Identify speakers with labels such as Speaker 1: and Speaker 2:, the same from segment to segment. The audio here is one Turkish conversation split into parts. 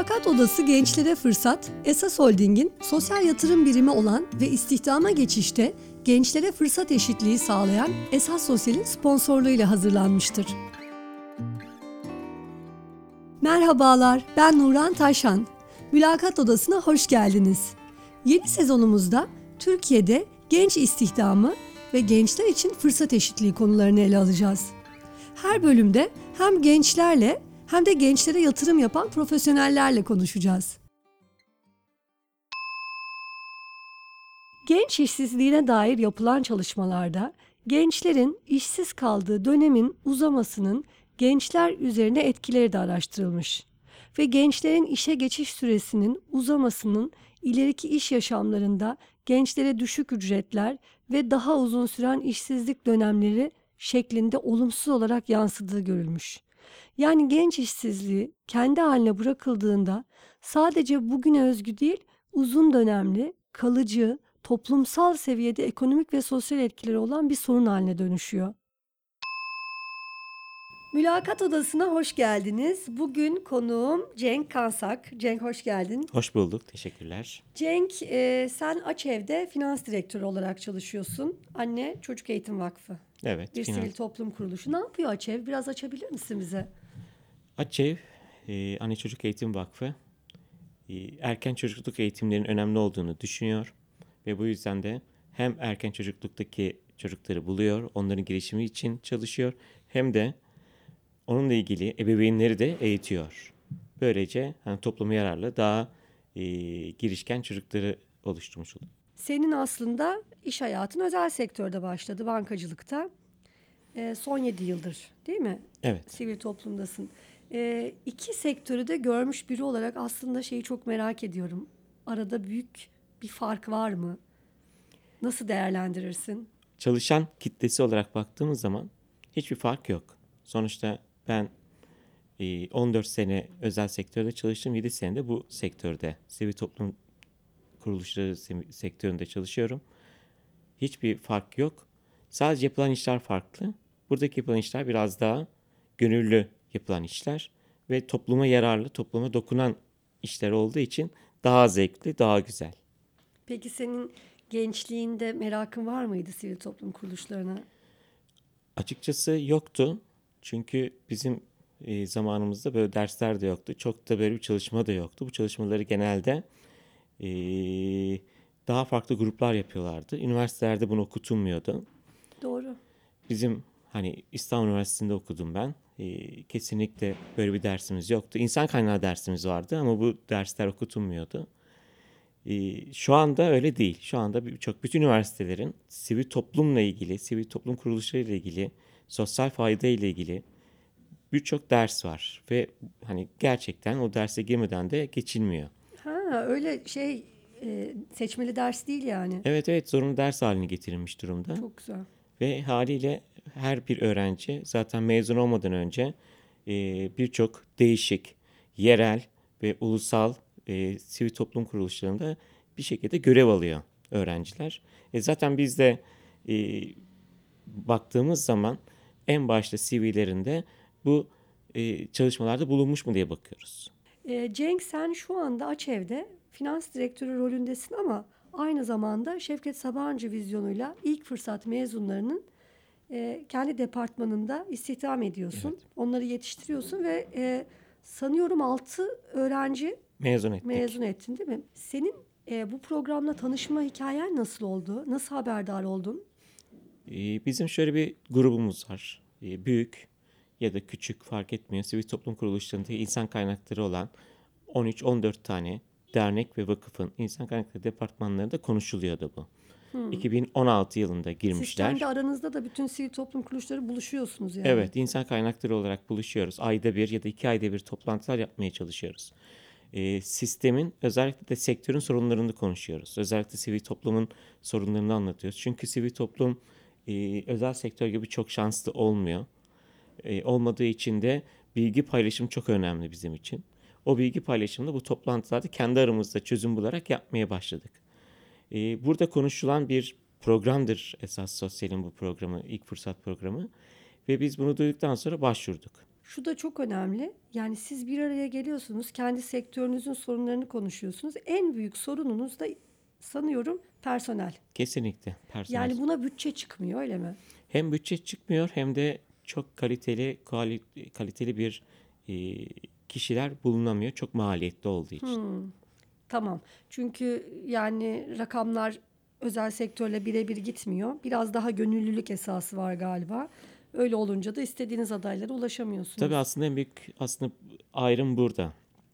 Speaker 1: Mülakat Odası Gençlere Fırsat, Esas Holding'in sosyal yatırım birimi olan ve istihdama geçişte gençlere fırsat eşitliği sağlayan Esas Sosyal'in sponsorluğuyla hazırlanmıştır. Merhabalar, ben Nurhan Taşan. Mülakat Odası'na hoş geldiniz. Yeni sezonumuzda Türkiye'de genç istihdamı ve gençler için fırsat eşitliği konularını ele alacağız. Her bölümde hem gençlerle hem de gençlere yatırım yapan profesyonellerle konuşacağız. Genç işsizliğine dair yapılan çalışmalarda gençlerin işsiz kaldığı dönemin uzamasının gençler üzerine etkileri de araştırılmış ve gençlerin işe geçiş süresinin uzamasının ileriki iş yaşamlarında gençlere düşük ücretler ve daha uzun süren işsizlik dönemleri şeklinde olumsuz olarak yansıdığı görülmüş. Yani genç işsizliği kendi haline bırakıldığında sadece bugüne özgü değil, uzun dönemli, kalıcı, toplumsal seviyede ekonomik ve sosyal etkileri olan bir sorun haline dönüşüyor. Mülakat Odası'na hoş geldiniz. Bugün konuğum Cenk Kansak. Cenk hoş geldin.
Speaker 2: Hoş bulduk, teşekkürler.
Speaker 1: Cenk, sen Açev'de finans direktörü olarak çalışıyorsun. Anne Çocuk Eğitim Vakfı.
Speaker 2: Evet,
Speaker 1: Bir sivil toplum kuruluşu. Ne yapıyor Açev? Biraz açabilir misin bize?
Speaker 2: Açev, Anne Çocuk Eğitim Vakfı, erken çocukluk eğitimlerinin önemli olduğunu düşünüyor ve bu yüzden de hem erken çocukluktaki çocukları buluyor, onların gelişimi için çalışıyor, hem de onunla ilgili ebeveynleri de eğitiyor. Böylece topluma yararlı, daha girişken çocukları oluşturmuş oluyor.
Speaker 1: Senin aslında iş hayatın özel sektörde başladı, bankacılıkta. Son 7 yıldır değil mi?
Speaker 2: Evet.
Speaker 1: Sivil toplumdasın. İki sektörü de görmüş biri olarak aslında şeyi çok merak ediyorum. Arada büyük bir fark var mı? Nasıl değerlendirirsin?
Speaker 2: Çalışan kitlesi olarak baktığımız zaman hiçbir fark yok. Sonuçta ben 14 sene özel sektörde çalıştım. 7 sene de bu sektörde, sivil toplum kuruluşları sektöründe çalışıyorum. Hiçbir fark yok. Sadece yapılan işler farklı. Buradaki yapılan işler biraz daha gönüllü yapılan işler ve topluma yararlı, topluma dokunan işler olduğu için daha zevkli, daha güzel.
Speaker 1: Peki senin gençliğinde merakın var mıydı sivil toplum kuruluşlarına?
Speaker 2: Açıkçası yoktu. Çünkü bizim zamanımızda böyle dersler de yoktu. Çok da böyle bir çalışma da yoktu. Bu çalışmaları genelde e, daha farklı gruplar yapıyorlardı. Üniversitelerde bunu okutulmuyordu.
Speaker 1: Doğru.
Speaker 2: Bizim İstanbul Üniversitesi'nde okudum ben. Kesinlikle böyle bir dersimiz yoktu. İnsan kaynağı dersimiz vardı ama bu dersler okutulmuyordu. Şu anda öyle değil. Şu anda bütün üniversitelerin sivil toplumla ilgili, sivil toplum kuruluşlarıyla ilgili, sosyal fayda ile ilgili birçok ders var ve gerçekten o derse girmeden de geçilmiyor.
Speaker 1: Ha, öyle seçmeli ders değil yani.
Speaker 2: Evet, zorunlu ders haline getirilmiş durumda.
Speaker 1: Çok güzel.
Speaker 2: Ve haliyle her bir öğrenci zaten mezun olmadan önce birçok değişik, yerel ve ulusal sivil toplum kuruluşlarında bir şekilde görev alıyor öğrenciler. Zaten biz de baktığımız zaman en başta CV'lerinde bu çalışmalarda bulunmuş mu diye bakıyoruz.
Speaker 1: Cenk, sen şu anda Açev'de finans direktörü rolündesin ama aynı zamanda Şevket Sabancı vizyonuyla ilk fırsat mezunlarının kendi departmanında istihdam ediyorsun.
Speaker 2: Evet.
Speaker 1: Onları yetiştiriyorsun ve sanıyorum 6 öğrenci mezun ettin değil mi? Senin bu programla tanışma hikayen nasıl oldu? Nasıl haberdar oldun?
Speaker 2: Bizim şöyle bir grubumuz var. Büyük ya da küçük fark etmiyor. Sivil toplum kuruluşlarında insan kaynakları olan 13-14 tane dernek ve vakıfın insan kaynakları departmanlarında konuşuluyordu bu. 2016 yılında girmişler.
Speaker 1: Siz kendi aranızda da bütün sivil toplum kuruluşları buluşuyorsunuz yani.
Speaker 2: Evet, insan kaynakları olarak buluşuyoruz. Ayda bir ya da 2 ayda bir toplantılar yapmaya çalışıyoruz. Sistemin, özellikle de sektörün sorunlarını konuşuyoruz. Özellikle sivil toplumun sorunlarını anlatıyoruz. Çünkü sivil toplum özel sektör gibi çok şanslı olmuyor. Olmadığı için de bilgi paylaşımı çok önemli bizim için. O bilgi paylaşımını bu toplantılarda kendi aramızda çözüm bularak yapmaya başladık. Burada konuşulan bir programdır Esas Sosyal'in bu programı, ilk fırsat programı. Ve biz bunu duyduktan sonra başvurduk.
Speaker 1: Şu da çok önemli. Yani siz bir araya geliyorsunuz, kendi sektörünüzün sorunlarını konuşuyorsunuz. En büyük sorununuz da sanıyorum personel.
Speaker 2: Kesinlikle personel.
Speaker 1: Yani buna bütçe çıkmıyor, öyle mi?
Speaker 2: Hem bütçe çıkmıyor hem de çok kaliteli bir e, kişiler bulunamıyor. Çok maliyetli olduğu için.
Speaker 1: Tamam. Çünkü yani rakamlar özel sektörle birebir gitmiyor. Biraz daha gönüllülük esası var galiba. Öyle olunca da istediğiniz adaylara
Speaker 2: Tabii
Speaker 1: ulaşamıyorsunuz.
Speaker 2: aslında en büyük ayrım burada.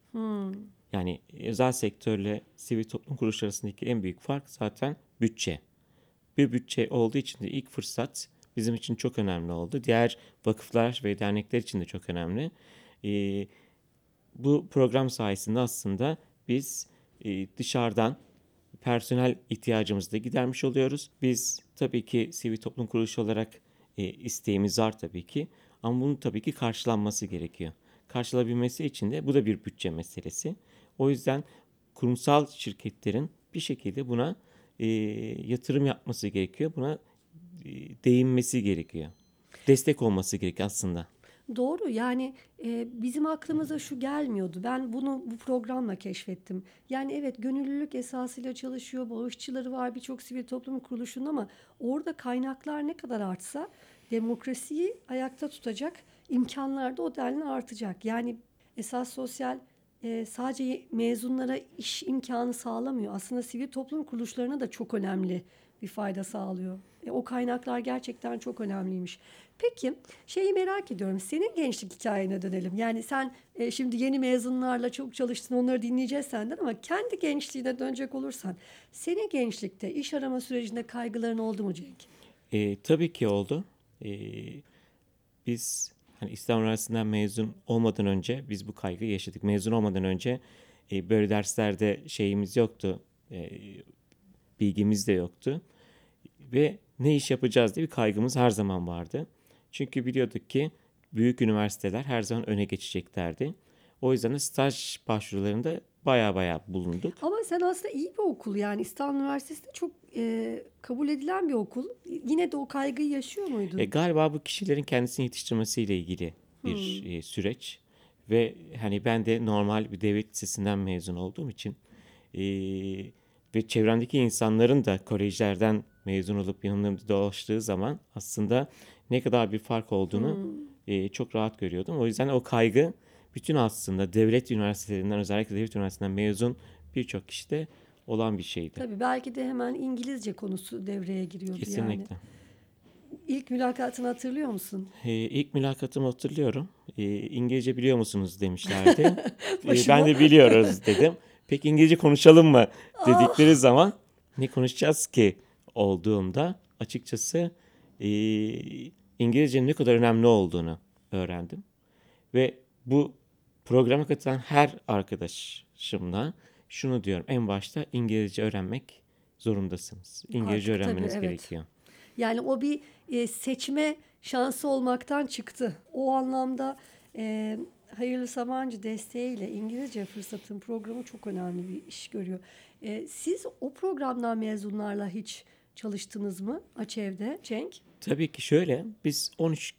Speaker 2: Yani özel sektörle sivil toplum kuruluşları arasındaki en büyük fark zaten bütçe. Bir bütçe olduğu için de ilk fırsat bizim için çok önemli oldu. Diğer vakıflar ve dernekler için de çok önemli. Ee, Bu program sayesinde aslında biz dışarıdan personel ihtiyacımızı da gidermiş oluyoruz. Biz tabii ki sivil toplum kuruluşu olarak isteğimiz var tabii ki. Ama bunun tabii ki karşılanması gerekiyor. Karşılayabilmesi için de bu da bir bütçe meselesi. O yüzden kurumsal şirketlerin bir şekilde buna yatırım yapması gerekiyor. Buna değinmesi gerekiyor. Destek olması gerekiyor aslında.
Speaker 1: Doğru, yani bizim aklımıza şu gelmiyordu. Ben bunu bu programla keşfettim. Yani evet, gönüllülük esasıyla çalışıyor, bağışçıları var birçok sivil toplum kuruluşunun, ama orada kaynaklar ne kadar artsa demokrasiyi ayakta tutacak imkanlar da o denli artacak. Yani esas sosyal sadece mezunlara iş imkanı sağlamıyor. Aslında sivil toplum kuruluşlarına da çok önemli bir fayda sağlıyor. O kaynaklar gerçekten çok önemliymiş. Peki, şeyi merak ediyorum. Senin gençlik hikayene dönelim. Yani sen şimdi yeni mezunlarla çok çalıştın, onları dinleyeceğiz senden, ama kendi gençliğine dönecek olursan, senin gençlikte iş arama sürecinde kaygıların oldu mu Cenk?
Speaker 2: Tabii ki oldu. E, Biz hani İstanbul Üniversitesi'nden mezun olmadan önce biz bu kaygıyı yaşadık. Mezun olmadan önce böyle derslerde şeyimiz yoktu. Bilgimiz de yoktu. Ve ne iş yapacağız diye bir kaygımız her zaman vardı. Çünkü biliyorduk ki büyük üniversiteler her zaman öne geçeceklerdi. O yüzden de staj başvurularında baya bulunduk.
Speaker 1: Ama sen aslında iyi bir okul, yani İstanbul Üniversitesi de çok kabul edilen bir okul. Yine de o kaygıyı yaşıyor muydun?
Speaker 2: Galiba bu kişilerin kendisini yetiştirmesiyle ilgili bir süreç. Ve hani ben de normal bir devlet lisesinden mezun olduğum için e, ve çevremdeki insanların da kolejlerden mezun olup yanımda dolaştığı zaman aslında ne kadar bir fark olduğunu çok rahat görüyordum. O yüzden o kaygı bütün aslında devlet üniversitelerinden, özellikle devlet üniversitesinden mezun birçok kişide olan bir şeydi.
Speaker 1: Tabii, belki de hemen İngilizce konusu devreye giriyordu yani.
Speaker 2: Kesinlikle.
Speaker 1: İlk mülakatını hatırlıyor musun?
Speaker 2: İlk mülakatımı hatırlıyorum. İngilizce biliyor musunuz demişlerdi. Ben
Speaker 1: Başıma.
Speaker 2: de biliyoruz dedim. Peki İngilizce konuşalım mı
Speaker 1: Ah!
Speaker 2: dedikleri zaman ne konuşacağız ki olduğumda açıkçası e, İngilizcenin ne kadar önemli olduğunu öğrendim. Ve bu programa katılan her arkadaşımla şunu diyorum: en başta İngilizce öğrenmek zorundasınız. İngilizce
Speaker 1: Artık tabii,
Speaker 2: öğrenmeniz
Speaker 1: evet.
Speaker 2: gerekiyor.
Speaker 1: Yani o bir seçme şansı olmaktan çıktı. O anlamda e, Hayırlı Sabancı desteğiyle İngilizce Fırsatın programı çok önemli bir iş görüyor. Siz o programdan mezunlarla hiç çalıştınız mı Açev'de Cenk?
Speaker 2: Tabii ki şöyle, biz 13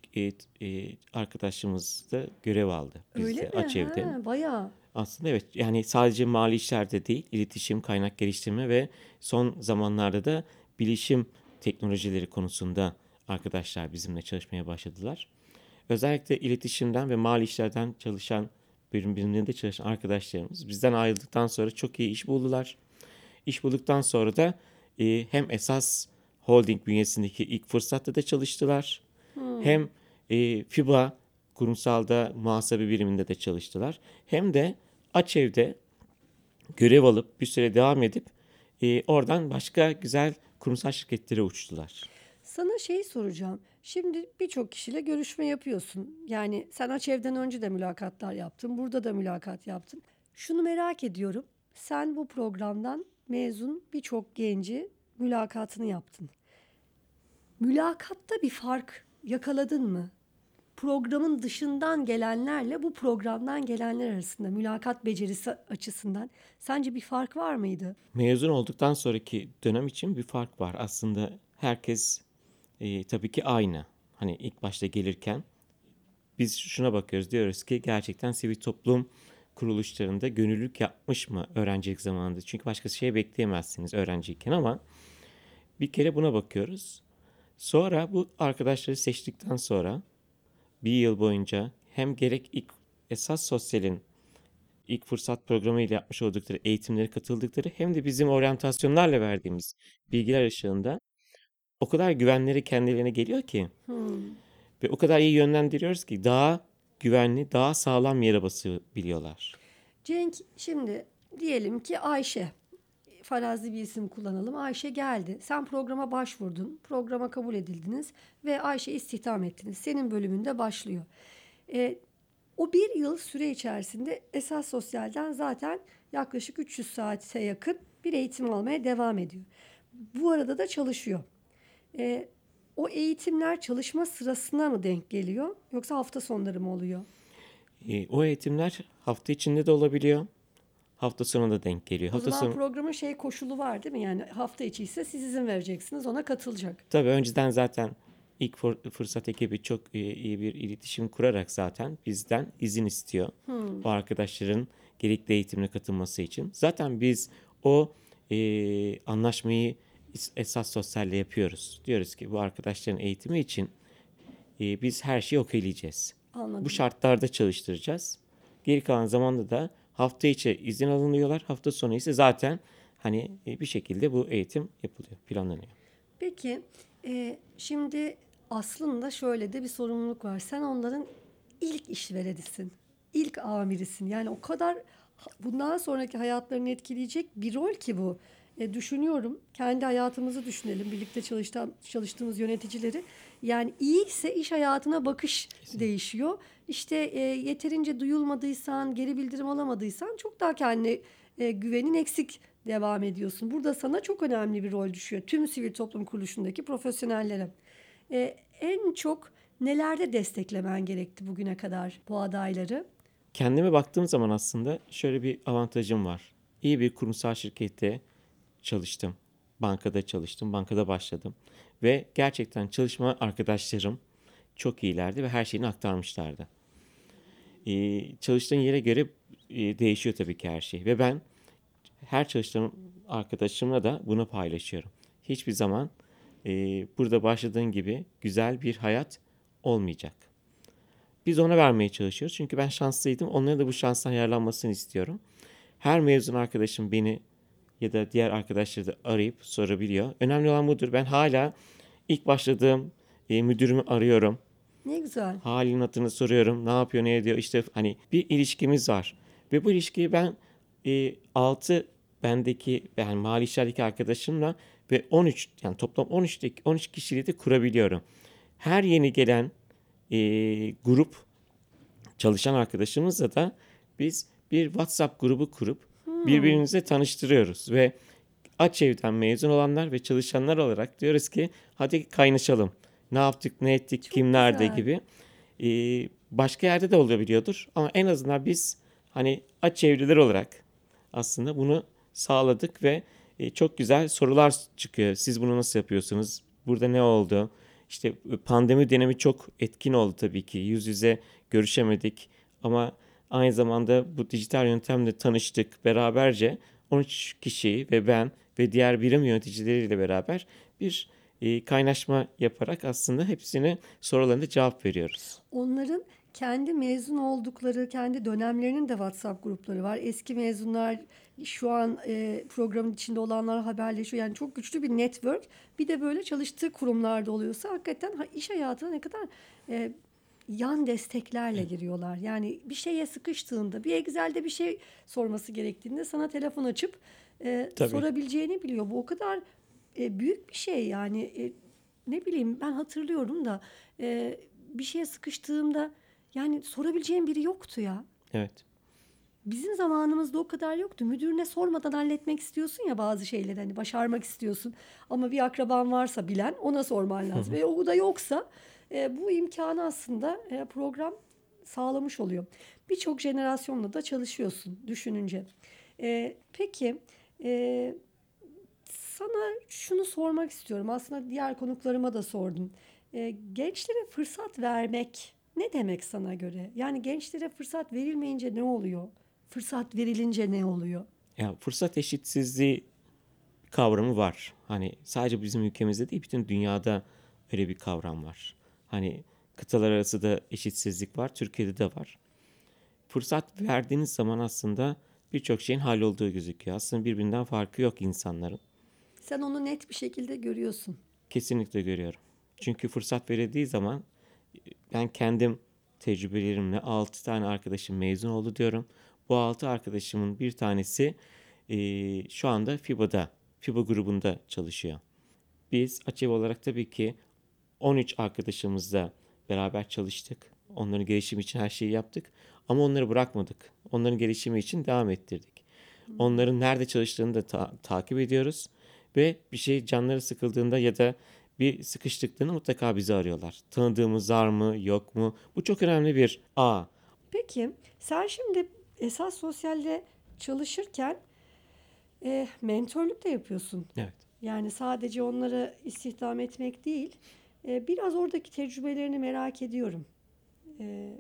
Speaker 2: arkadaşımız da görev aldı
Speaker 1: Öyle
Speaker 2: bizde
Speaker 1: mi?
Speaker 2: Açev'de.
Speaker 1: Ha, bayağı.
Speaker 2: Aslında evet, yani sadece mali işlerde değil, iletişim, kaynak geliştirme ve son zamanlarda da bilişim teknolojileri konusunda arkadaşlar bizimle çalışmaya başladılar. Özellikle iletişimden ve mali işlerden çalışan, birimlerinde çalışan arkadaşlarımız bizden ayrıldıktan sonra çok iyi iş buldular. İş bulduktan sonra da hem esas holding bünyesindeki ilk fırsatta da çalıştılar. Hem FIBA kurumsalda muhasebe biriminde de çalıştılar. Hem de Açev'de görev alıp bir süre devam edip oradan başka güzel kurumsal şirketlere uçtular.
Speaker 1: Sana şey soracağım. Şimdi birçok kişiyle görüşme yapıyorsun. Yani sen Açev'den önce de mülakatlar yaptın. Burada da mülakat yaptın. Şunu merak ediyorum. Sen bu programdan mezun birçok genci mülakatını yaptın. Mülakatta bir fark yakaladın mı? Programın dışından gelenlerle bu programdan gelenler arasında mülakat becerisi açısından sence bir fark var mıydı?
Speaker 2: Mezun olduktan sonraki dönem için bir fark var. Aslında herkes tabii ki aynı. Hani ilk başta gelirken biz şuna bakıyoruz. Diyoruz ki gerçekten sivil toplum kuruluşlarında gönüllülük yapmış mı öğrencilik zamanında? Çünkü başka şey bekleyemezsiniz öğrenciyken ama bir kere buna bakıyoruz. Sonra bu arkadaşları seçtikten sonra bir yıl boyunca hem gerek ilk esas sosyalin ilk fırsat programı ile yapmış oldukları eğitimlere katıldıkları hem de bizim oryantasyonlarla verdiğimiz bilgiler ışığında o kadar güvenleri kendilerine geliyor ki
Speaker 1: Hmm.
Speaker 2: ve o kadar iyi yönlendiriyoruz ki daha güvenli, daha sağlam yere basabiliyorlar.
Speaker 1: Cenk, şimdi diyelim ki Ayşe, farazi bir isim kullanalım. Ayşe geldi. Sen programa başvurdun. Programa kabul edildiniz ve Ayşe istihdam ettiniz. Senin bölümünde başlıyor. E, O bir yıl süre içerisinde esas sosyalden zaten yaklaşık 300 saate yakın bir eğitim almaya devam ediyor. Bu arada da çalışıyor. E, O eğitimler çalışma sırasına mı denk geliyor yoksa hafta sonları mı oluyor?
Speaker 2: O eğitimler hafta içinde de olabiliyor, hafta sonu da denk geliyor.
Speaker 1: O
Speaker 2: Hafta
Speaker 1: zaman
Speaker 2: sonu
Speaker 1: programın koşulu var değil mi? Yani hafta içi ise siz izin vereceksiniz, ona katılacak.
Speaker 2: tabii önceden zaten ilk fırsat ekibi çok iyi bir iletişim kurarak zaten bizden izin istiyor. O arkadaşların gerekli eğitimine katılması için. Zaten biz o anlaşmayı esas sosyalle yapıyoruz. Diyoruz ki bu arkadaşların eğitimi için biz her şeyi okeyleyeceğiz. Bu
Speaker 1: Anladım.
Speaker 2: şartlarda çalıştıracağız. Geri kalan zamanda da hafta içi izin alınıyorlar. Hafta sonu ise zaten hani bir şekilde bu eğitim yapılıyor, planlanıyor.
Speaker 1: Peki, şimdi aslında şöyle de bir sorumluluk var. Sen onların ilk işverenisin, ilk amirisin. Yani o kadar bundan sonraki hayatlarını etkileyecek bir rol ki bu. Düşünüyorum, kendi hayatımızı düşünelim, birlikte çalıştığımız yöneticileri. Yani iyi ise iş hayatına bakış değişiyor. İşte yeterince duyulmadıysan, geri bildirim alamadıysan çok daha kendi güvenin eksik devam ediyorsun. Burada sana çok önemli bir rol düşüyor. Tüm sivil toplum kuruluşundaki profesyonellere. En çok nelerde desteklemen gerekti bugüne kadar bu adayları?
Speaker 2: Kendime baktığım zaman aslında şöyle bir avantajım var. İyi bir kurumsal şirkette çalıştım. Bankada çalıştım. Bankada başladım. Ve gerçekten çalışma arkadaşlarım çok iyilerdi ve her şeyini aktarmışlardı. Çalıştığın yere göre değişiyor tabii ki her şey. Ve ben her çalıştığım arkadaşımla da bunu paylaşıyorum. Hiçbir zaman burada başladığın gibi güzel bir hayat olmayacak. Biz ona vermeye çalışıyoruz. Çünkü ben şanslıydım. Onların da bu şanstan yararlanmasını istiyorum. Her mezun arkadaşım beni ya da diğer arkadaşları da arayıp sorabiliyor. Önemli olan budur. Ben hala ilk başladığım müdürümü arıyorum.
Speaker 1: Ne güzel.
Speaker 2: Halinin hatırını soruyorum. Ne yapıyor, ne ediyor? İşte hani bir ilişkimiz var. Ve bu ilişkiyi ben 6 bendeki yani mali işlerdeki arkadaşımla ve 13 yani toplam 13 kişiyle de kurabiliyorum. Her yeni gelen grup çalışan arkadaşımızla da biz bir WhatsApp grubu kurup birbirimize tanıştırıyoruz ve Açev'den mezun olanlar ve çalışanlar olarak diyoruz ki hadi kaynaşalım. Ne yaptık, ne ettik,
Speaker 1: Çok
Speaker 2: kim nerede
Speaker 1: güzel.
Speaker 2: gibi. Başka yerde de olabiliyordur ama en azından biz hani Açevliler olarak aslında bunu sağladık ve çok güzel sorular çıkıyor. Siz bunu nasıl yapıyorsunuz? Burada ne oldu? İşte pandemi dönemi çok etkin oldu tabii ki. Yüz yüze görüşemedik ama aynı zamanda bu dijital yöntemle tanıştık. Beraberce 13 kişi ve ben ve diğer birim yöneticileriyle beraber bir kaynaşma yaparak aslında hepsine sorularına cevap veriyoruz.
Speaker 1: Onların kendi mezun oldukları, kendi dönemlerinin de WhatsApp grupları var. Eski mezunlar, şu an programın içinde olanlar haberleşiyor. Yani çok güçlü bir network. Bir de böyle çalıştığı kurumlarda oluyorsa hakikaten iş hayatına ne kadar e, yan desteklerle giriyorlar. Yani bir şeye sıkıştığında, bir Excel'de bir şey sorması gerektiğinde sana telefon açıp
Speaker 2: Tabii.
Speaker 1: sorabileceğini biliyor. Bu o kadar büyük bir şey yani. Ne bileyim, ben hatırlıyorum da bir şeye sıkıştığımda yani sorabileceğim biri yoktu ya.
Speaker 2: Evet.
Speaker 1: Bizim zamanımızda o kadar yoktu. Müdürüne sormadan halletmek istiyorsun ya bazı şeyleri, hani başarmak istiyorsun. Ama bir akraban varsa bilen, ona sorman lazım. Ve o da yoksa bu imkanı aslında program sağlamış oluyor. Birçok jenerasyonla da çalışıyorsun düşününce. Peki, e, sana şunu sormak istiyorum. Aslında diğer konuklarıma da sordum. Gençlere fırsat vermek ne demek sana göre? Yani gençlere fırsat verilmeyince ne oluyor? Fırsat verilince ne oluyor?
Speaker 2: Ya fırsat eşitsizliği kavramı var. Hani sadece bizim ülkemizde değil, bütün dünyada öyle bir kavram var. Hani kıtalar arası da eşitsizlik var, Türkiye'de de var. Fırsat verdiğiniz zaman aslında birçok şeyin hallolduğu gözüküyor. Aslında birbirinden farkı yok insanların.
Speaker 1: Sen onu net bir şekilde görüyorsun.
Speaker 2: Kesinlikle görüyorum. Çünkü fırsat verildiği zaman ben kendim tecrübelerimle 6 tane arkadaşım mezun oldu diyorum. Bu 6 arkadaşımın bir tanesi şu anda FIBA grubunda çalışıyor. Biz Açev olarak tabii ki 13 arkadaşımızla beraber çalıştık. Onların gelişimi için her şeyi yaptık. Ama onları bırakmadık. Onların gelişimi için devam ettirdik. Onların nerede çalıştığını da takip ediyoruz. Ve bir şey canları sıkıldığında ya da bir sıkıştıklarını mutlaka bizi arıyorlar. Tanıdığımız var mı, yok mu? Bu çok önemli bir ağ.
Speaker 1: Peki sen şimdi esas sosyalde çalışırken mentörlük de yapıyorsun.
Speaker 2: Evet.
Speaker 1: Yani sadece onları istihdam etmek değil, biraz oradaki tecrübelerini merak ediyorum. E,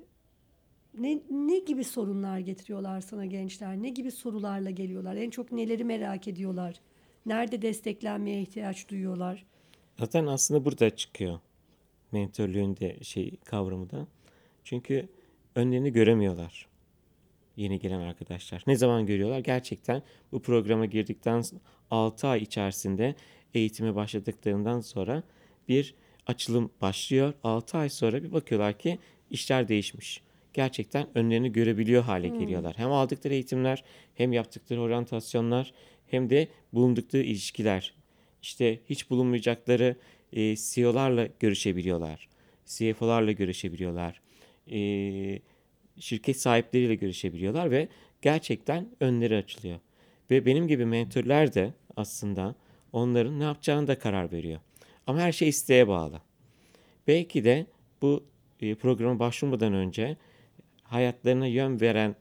Speaker 1: ne gibi sorunlar getiriyorlar sana gençler? Ne gibi sorularla geliyorlar? En çok neleri merak ediyorlar? Nerede desteklenmeye ihtiyaç duyuyorlar?
Speaker 2: Zaten aslında burada çıkıyor mentörlüğün de kavramı da. Çünkü önlerini göremiyorlar. Yeni gelen arkadaşlar. Ne zaman görüyorlar? Gerçekten bu programa girdikten 6 ay içerisinde eğitime başladıklarından sonra bir açılım başlıyor. 6 ay sonra bir bakıyorlar ki işler değişmiş. Gerçekten önlerini görebiliyor hale geliyorlar. Hem aldıkları eğitimler, hem yaptıkları oryantasyonlar, hem de bulundukları ilişkiler. İşte hiç bulunmayacakları CEO'larla görüşebiliyorlar. CFO'larla görüşebiliyorlar. Şirket sahipleriyle görüşebiliyorlar ve gerçekten önleri açılıyor. Ve benim gibi mentörler de aslında onların ne yapacağını da karar veriyor. Ama her şey isteğe bağlı. Belki de bu programa başvurmadan önce hayatlarına yön veren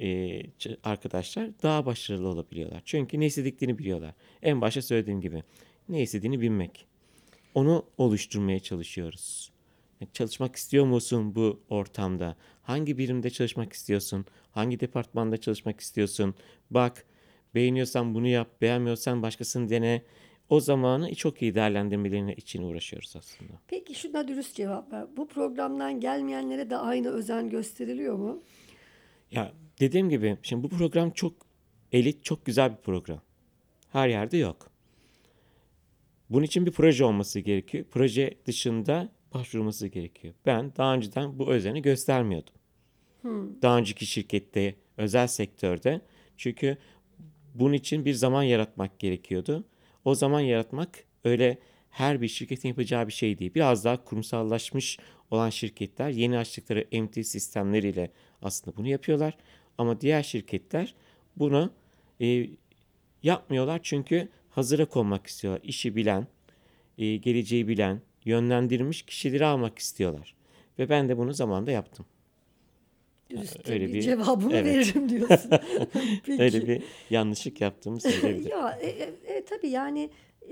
Speaker 2: arkadaşlar daha başarılı olabiliyorlar. Çünkü ne istediklerini biliyorlar. En başta söylediğim gibi ne istediğini bilmek. Onu oluşturmaya çalışıyoruz. Çalışmak istiyor musun bu ortamda? Hangi birimde çalışmak istiyorsun? Hangi departmanda çalışmak istiyorsun? Bak, beğeniyorsan bunu yap, beğenmiyorsan başkasını dene. O zamanı çok iyi değerlendirmelerine için uğraşıyoruz aslında.
Speaker 1: Peki şuna dürüst cevap ver. Bu programdan gelmeyenlere de aynı özen gösteriliyor mu?
Speaker 2: Ya dediğim gibi şimdi bu program çok elit, çok güzel bir program. Her yerde yok. Bunun için bir proje olması gerekiyor. Proje dışında başvurması gerekiyor. Ben daha önceden bu özeni göstermiyordum. Daha önceki şirkette, özel sektörde. Çünkü bunun için bir zaman yaratmak gerekiyordu. O zaman yaratmak öyle her bir şirketin yapacağı bir şey değil. Biraz daha kurumsallaşmış olan şirketler yeni açtıkları MT sistemleriyle aslında bunu yapıyorlar. Ama diğer şirketler bunu e, yapmıyorlar çünkü hazıra konmak istiyorlar. İşi bilen, geleceği bilen, yönlendirmiş kişileri almak istiyorlar. Ve ben de bunu zamanında yaptım.
Speaker 1: Dürüstçe
Speaker 2: Öyle
Speaker 1: bir
Speaker 2: bir
Speaker 1: cevabımı
Speaker 2: evet.
Speaker 1: veririm diyorsun.
Speaker 2: Öyle
Speaker 1: Peki.
Speaker 2: bir yanlışlık yaptığımı söyleyebilirim.
Speaker 1: Ya tabii yani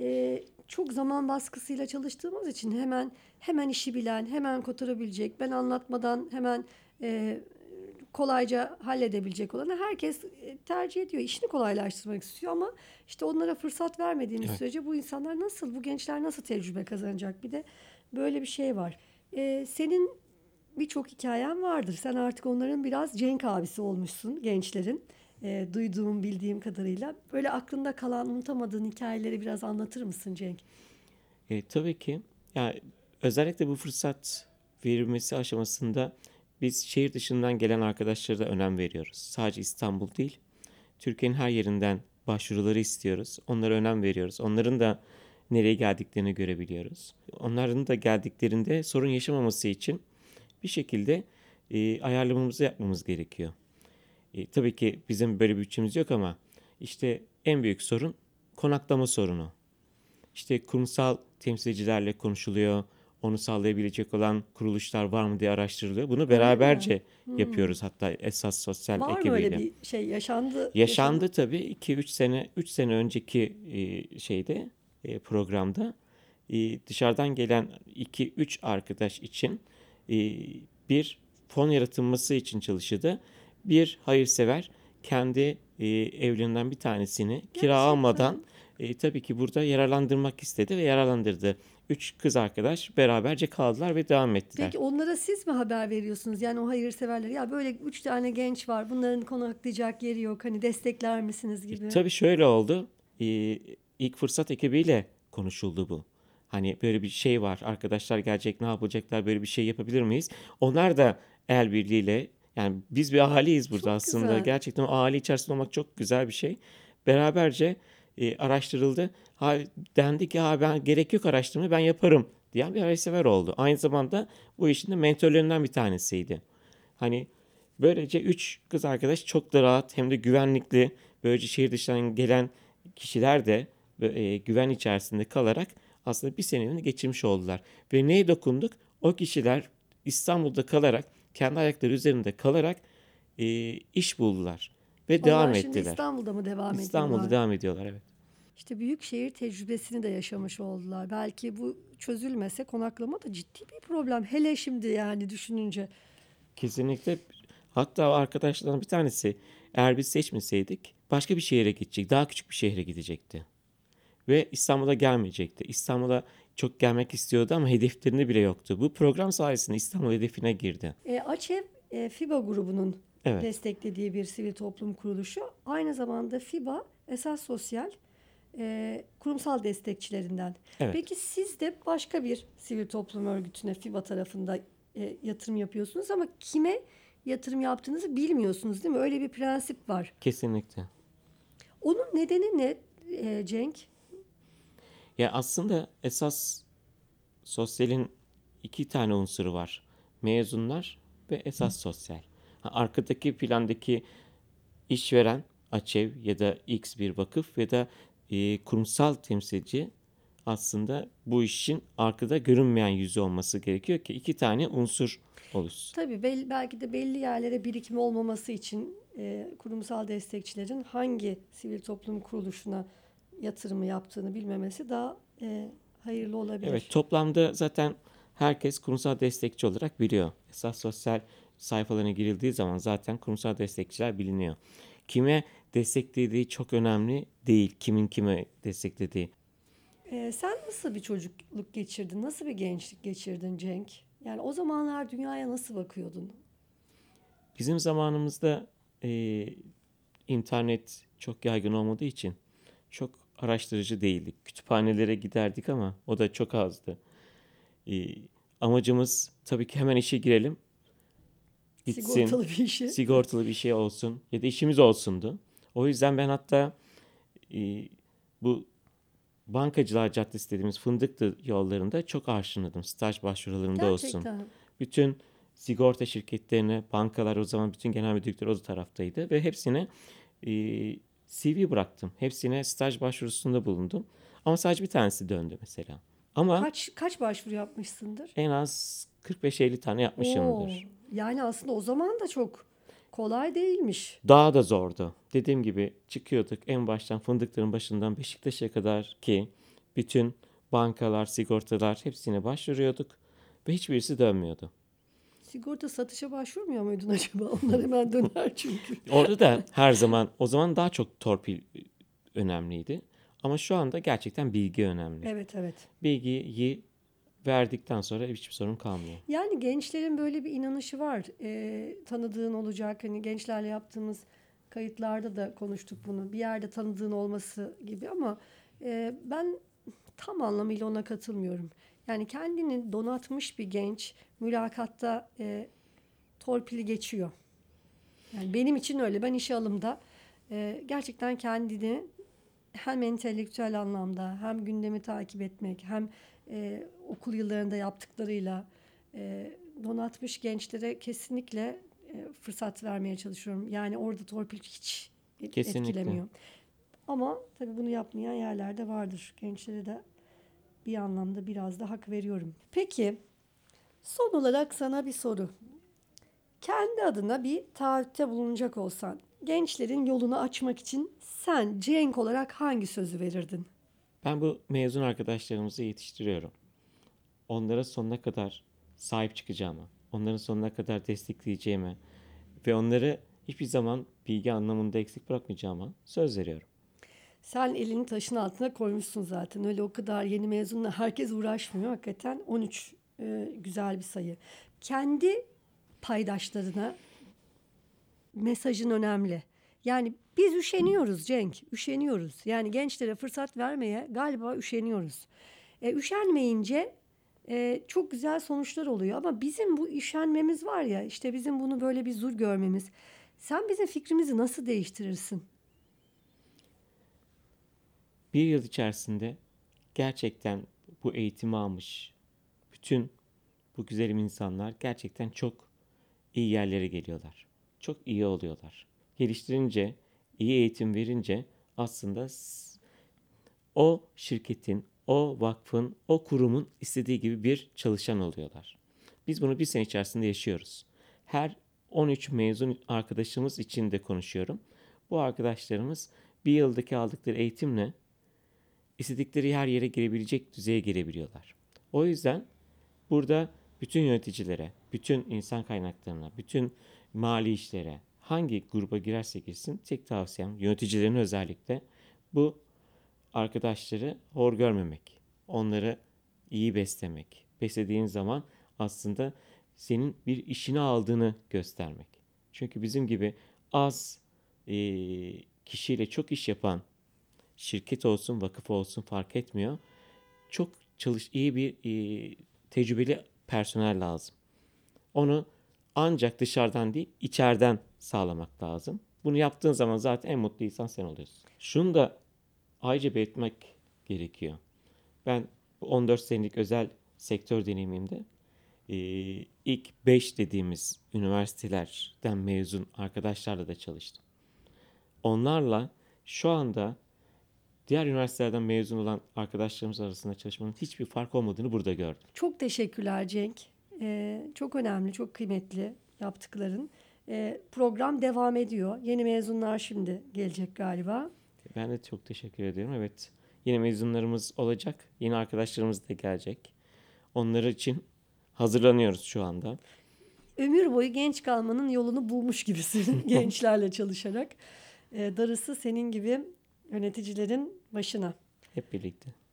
Speaker 1: çok zaman baskısıyla çalıştığımız için hemen işi bilen, hemen kotarabilecek, ben anlatmadan hemen e, kolayca halledebilecek olanı herkes tercih ediyor. İşini kolaylaştırmak istiyor ama işte onlara fırsat vermediğimiz
Speaker 2: Evet.
Speaker 1: sürece bu insanlar nasıl, bu gençler nasıl tecrübe kazanacak? Bir de böyle bir şey var. Senin birçok hikayen vardır. Sen artık onların biraz Cenk abisi olmuşsun gençlerin. Duyduğum, bildiğim kadarıyla. Böyle aklında kalan, unutamadığın hikayeleri biraz anlatır mısın Cenk?
Speaker 2: Tabii ki. Ya özellikle bu fırsat verilmesi aşamasında biz şehir dışından gelen arkadaşlara da önem veriyoruz. Sadece İstanbul değil, Türkiye'nin her yerinden başvuruları istiyoruz. Onlara önem veriyoruz. Onların da nereye geldiklerini görebiliyoruz. Onların da geldiklerinde sorun yaşamaması için bir şekilde ayarlamamızı yapmamız gerekiyor. Tabii ki bizim böyle bir bütçemiz yok ama işte en büyük sorun konaklama sorunu. İşte kurumsal temsilcilerle konuşuluyor. Onu sağlayabilecek olan kuruluşlar var mı diye araştırılıyor. Bunu
Speaker 1: Öyle mi?
Speaker 2: beraberce yapıyoruz hatta esas sosyal
Speaker 1: Var mı öyle
Speaker 2: ekibiyle.
Speaker 1: bir şey? Yaşandı.
Speaker 2: Yaşandı tabii 3 sene önceki programda dışarıdan gelen 2-3 arkadaş için e, bir fon yaratılması için çalışırdı. Bir hayırsever kendi evlerinden bir tanesini kira almadan tabii ki burada yararlandırmak istedi ve yararlandırdı. 3 kız arkadaş beraberce kaldılar ve devam ettiler.
Speaker 1: Peki onlara siz mi haber veriyorsunuz? Yani o hayırseverler ya böyle 3 tane genç var. Bunların konaklayacak yeri yok. Hani destekler misiniz gibi.
Speaker 2: Tabii şöyle oldu. İlk fırsat ekibiyle konuşuldu bu. Hani böyle bir şey var. Arkadaşlar gelecek, ne yapacaklar? Böyle bir şey yapabilir miyiz? Onlar da el birliğiyle, yani biz bir aileyiz burada
Speaker 1: Çok
Speaker 2: aslında.
Speaker 1: güzel.
Speaker 2: Gerçekten o aile içerisinde olmak çok güzel bir şey. Beraberce araştırıldı. Dendi ki ben gerek yok araştırma, ben yaparım diyen bir hayırsever oldu. Aynı zamanda bu işin de mentörlerinden bir tanesiydi. Hani böylece 3 kız arkadaş çok da rahat hem de güvenlikli, böylece şehir dışından gelen kişiler de güven içerisinde kalarak aslında bir seneni geçirmiş oldular. Ve neye dokunduk? O kişiler İstanbul'da kalarak, kendi ayakları üzerinde kalarak iş buldular ve devam
Speaker 1: Onlar şimdi
Speaker 2: ettiler.
Speaker 1: İstanbul'da mı devam
Speaker 2: İstanbul'da
Speaker 1: ediyorlar?
Speaker 2: devam ediyorlar, evet.
Speaker 1: İşte büyük şehir tecrübesini de yaşamış oldular. Belki bu çözülmese konaklama da ciddi bir problem. Hele şimdi yani düşününce.
Speaker 2: Kesinlikle. Hatta arkadaşlardan bir tanesi, eğer biz seçmeseydik başka bir şehre gidecek, daha küçük bir şehre gidecekti. Ve İstanbul'a gelmeyecekti. İstanbul'a çok gelmek istiyordu ama hedeflerinde bile yoktu. Bu program sayesinde İstanbul hedefine girdi.
Speaker 1: AÇEV, FİBA grubunun
Speaker 2: Evet,
Speaker 1: desteklediği bir sivil toplum kuruluşu. Aynı zamanda FİBA esas sosyal kurumsal destekçilerinden.
Speaker 2: evet.
Speaker 1: Peki siz de başka bir sivil toplum örgütüne FİBA tarafında yatırım yapıyorsunuz ama kime yatırım yaptığınızı bilmiyorsunuz değil mi? Öyle bir prensip var.
Speaker 2: Kesinlikle.
Speaker 1: Onun nedeni ne Cenk?
Speaker 2: Ya aslında esas sosyalin iki tane unsuru var. Mezunlar ve esas sosyal. Arkadaki plandaki işveren, ÇEV ya da X bir vakıf ya da kurumsal temsilci aslında bu işin arkada görünmeyen yüzü olması gerekiyor ki iki tane unsur oluşsun.
Speaker 1: Tabii belki de belli yerlere birikim olmaması için kurumsal destekçilerin hangi sivil toplum kuruluşuna yatırımı yaptığını bilmemesi daha hayırlı
Speaker 2: Evet,
Speaker 1: olabilir.
Speaker 2: toplamda zaten herkes kurumsal destekçi olarak biliyor. Esas sosyal sayfalarına girildiği zaman zaten kurumsal destekçiler biliniyor. Kime desteklediği çok önemli değil. Kimin kime desteklediği.
Speaker 1: Sen nasıl bir çocukluk geçirdin? Nasıl bir gençlik geçirdin Cenk? Yani o zamanlar dünyaya nasıl bakıyordun?
Speaker 2: Bizim zamanımızda internet çok yaygın olmadığı için çok araştırıcı değildik. Kütüphanelere giderdik ama o da çok azdı. E, Amacımız tabii ki hemen işe girelim, bitsin,
Speaker 1: Sigortalı bir işi.
Speaker 2: sigortalı bir şey olsun ya da işimiz olsundu. O yüzden ben hatta bu Bankacılar Caddesi dediğimiz Fındıklı yollarında çok aşinadım. Staj başvurularında olsun.
Speaker 1: Gerçekten.
Speaker 2: Bütün sigorta şirketlerine, bankalar, o zaman bütün genel müdürlükler o taraftaydı ve hepsine e, CV bıraktım. Hepsine staj başvurusunda bulundum. Ama sadece bir tanesi döndü mesela. Ama
Speaker 1: Kaç başvuru yapmışsındır?
Speaker 2: en az 45-50 tane
Speaker 1: Oo,
Speaker 2: yapmışımdır.
Speaker 1: yani aslında o zaman da çok kolay değilmiş.
Speaker 2: Daha da zordu. Dediğim gibi çıkıyorduk en baştan Fındıkların başından Beşiktaş'a kadar ki bütün bankalar, sigortalar hepsine başvuruyorduk ve hiçbirisi dönmüyordu.
Speaker 1: Sigorta satışa başvurmuyor muydun acaba? Onlar hemen döner çünkü.
Speaker 2: Orada da her zaman, o zaman daha çok torpil önemliydi. Ama şu anda gerçekten bilgi önemli.
Speaker 1: Evet, evet.
Speaker 2: Bilgiyi verdikten sonra hiçbir sorun kalmıyor.
Speaker 1: Yani gençlerin böyle bir inanışı var. Tanıdığın olacak. Hani gençlerle yaptığımız kayıtlarda da konuştuk bunu. Bir yerde tanıdığın olması gibi ama ben tam anlamıyla ona katılmıyorum. Yani kendini donatmış bir genç mülakatta torpili geçiyor. Yani benim için öyle. Ben işe alımda gerçekten kendini hem entelektüel anlamda hem gündemi takip etmek hem okul yıllarında yaptıklarıyla donatmış gençlere kesinlikle fırsat vermeye çalışıyorum. Yani orada torpil hiç
Speaker 2: Kesinlikle.
Speaker 1: etkilemiyor. Ama tabii bunu yapmayan yerlerde vardır. Gençlere de bir anlamda biraz da hak veriyorum. Peki son olarak sana bir soru. Kendi adına bir taahhütte bulunacak olsan, gençlerin yolunu açmak için sen Cenk olarak hangi sözü verirdin?
Speaker 2: Ben bu mezun arkadaşlarımızı yetiştiriyorum. Onlara sonuna kadar sahip çıkacağıma, onların sonuna kadar destekleyeceğime ve onları hiçbir zaman bilgi anlamında eksik bırakmayacağıma söz veriyorum.
Speaker 1: Sen elini taşın altına koymuşsun zaten. Öyle o kadar yeni mezunla herkes uğraşmıyor. Hakikaten 13 güzel bir sayı. Kendi paydaşlarına mesajın önemli. Yani biz üşeniyoruz Cenk, üşeniyoruz. Yani gençlere fırsat vermeye galiba üşeniyoruz. Üşenmeyince çok güzel sonuçlar oluyor. Ama bizim bu üşenmemiz var ya, işte bizim bunu böyle bir zor görmemiz. Sen bizim fikrimizi nasıl değiştirirsin?
Speaker 2: Bir yıl içerisinde gerçekten bu eğitimi almış bütün bu güzelim insanlar gerçekten çok iyi yerlere geliyorlar. Çok iyi oluyorlar. Geliştirince, iyi eğitim verince aslında o şirketin, o vakfın, o kurumun istediği gibi bir çalışan oluyorlar. Biz bunu bir sene içerisinde yaşıyoruz. Her 13 mezun arkadaşımız için de konuşuyorum. Bu arkadaşlarımız bir yıldaki aldıkları eğitimle istedikleri her yere gelebilecek düzeye gelebiliyorlar. O yüzden burada bütün yöneticilere, bütün insan kaynaklarına, bütün mali işlere hangi gruba girerse girsin tek tavsiyem yöneticilerin özellikle bu arkadaşları hor görmemek. Onları iyi beslemek. Beslediğin zaman aslında senin bir işini aldığını göstermek. Çünkü bizim gibi az kişiyle çok iş yapan şirket olsun, vakıf olsun fark etmiyor. Çok iyi bir tecrübeli personel lazım. Onu ancak dışarıdan değil, içeriden sağlamak lazım. Bunu yaptığın zaman zaten en mutlu insan sen oluyorsun. Şunu da ayrıca belirtmek gerekiyor. Ben 14 senelik özel sektör deneyimimde ilk 5 dediğimiz üniversitelerden mezun arkadaşlarla da çalıştım. Onlarla şu anda diğer üniversitelerden mezun olan arkadaşlarımız arasında çalışmanın hiçbir fark olmadığını burada gördüm.
Speaker 1: Çok teşekkürler Cenk. Çok önemli, çok kıymetli yaptıkların. Program devam ediyor. Yeni mezunlar şimdi gelecek galiba.
Speaker 2: Ben de çok teşekkür ediyorum. Evet, yeni mezunlarımız olacak. Yeni arkadaşlarımız da gelecek. Onlar için hazırlanıyoruz şu anda.
Speaker 1: Ömür boyu genç kalmanın yolunu bulmuş gibisin gençlerle çalışarak. Darısı senin gibi yöneticilerin başına.
Speaker 2: Hep birlikte.